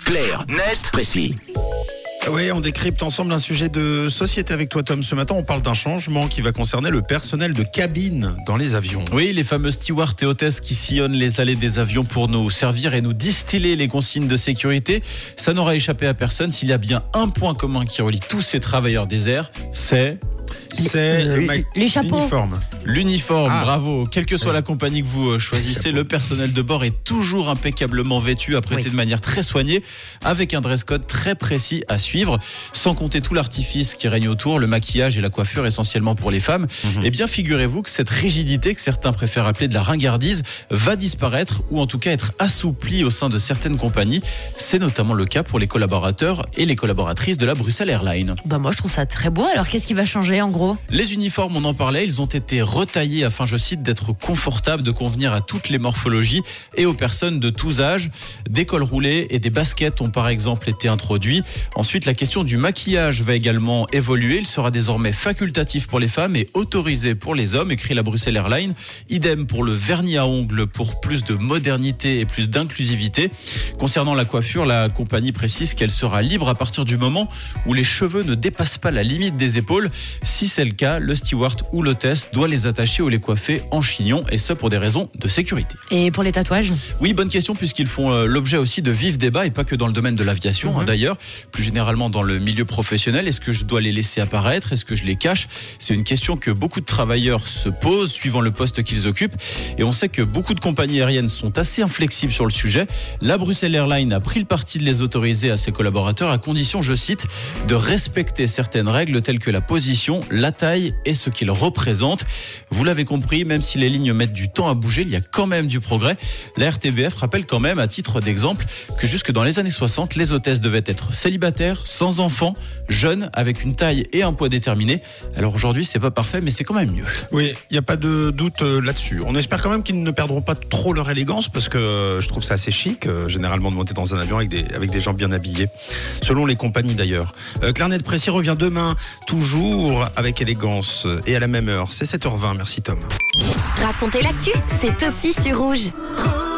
Clair, net, précis. Oui, on décrypte ensemble un sujet de société avec toi, Tom. Ce matin, on parle d'un changement qui va concerner le personnel de cabine dans les avions. Oui, les fameux stewards et hôtesses qui sillonnent les allées des avions pour nous servir et nous distiller les consignes de sécurité. Ça n'aura échappé à personne. S'il y a bien un point commun qui relie tous ces travailleurs des airs, c'est les chapeaux. L'uniforme, bravo. Quelle que soit la compagnie que vous choisissez, le personnel de bord est toujours impeccablement vêtu, apprêté de manière très soignée, avec un dress code très précis à suivre, sans compter tout l'artifice qui règne autour, le maquillage et la coiffure essentiellement pour les femmes. Eh bien, figurez-vous que cette rigidité, que certains préfèrent appeler de la ringardise, va disparaître ou en tout cas être assouplie au sein de certaines compagnies. C'est notamment le cas pour les collaborateurs et les collaboratrices de la Bruxelles Airlines. Moi, je trouve ça très beau. Alors, qu'est-ce qui va changer en gros ? Les uniformes, on en parlait, ils ont été retaillés afin, je cite, d'être confortables, de convenir à toutes les morphologies et aux personnes de tous âges. Des cols roulés et des baskets ont par exemple été introduits. Ensuite, la question du maquillage va également évoluer. Il sera désormais facultatif pour les femmes et autorisé pour les hommes, écrit la Bruxelles Airlines. Idem pour le vernis à ongles pour plus de modernité et plus d'inclusivité. Concernant la coiffure, la compagnie précise qu'elle sera libre à partir du moment où les cheveux ne dépassent pas la limite des épaules. Si c'est le cas, le steward ou l'hôtesse doit les attacher ou les coiffer en chignon, et ce pour des raisons de sécurité. Et pour les tatouages ? Oui, bonne question, puisqu'ils font l'objet aussi de vifs débats, et pas que dans le domaine de l'aviation d'ailleurs, plus généralement dans le milieu professionnel. Est-ce que je dois les laisser apparaître ? Est-ce que je les cache ? C'est une question que beaucoup de travailleurs se posent suivant le poste qu'ils occupent, et on sait que beaucoup de compagnies aériennes sont assez inflexibles sur le sujet. La Bruxelles Airlines a pris le parti de les autoriser à ses collaborateurs à condition, je cite, de respecter certaines règles telles que la position, la taille et ce qu'il représente. Vous l'avez compris, même si les lignes mettent du temps à bouger, il y a quand même du progrès. La RTBF rappelle quand même, à titre d'exemple, que jusque dans les années 60, les hôtesses devaient être célibataires, sans enfants, jeunes, avec une taille et un poids déterminés. Alors aujourd'hui, c'est pas parfait, mais c'est quand même mieux. Oui, il n'y a pas de doute là-dessus. On espère quand même qu'ils ne perdront pas trop leur élégance, parce que je trouve ça assez chic, généralement de monter dans un avion avec des gens bien habillés, selon les compagnies d'ailleurs. Clair, net, précis revient demain, toujours avec élégance et à la même heure. C'est 7h20. Merci Tom. Racontez l'actu, c'est aussi sur Rouge.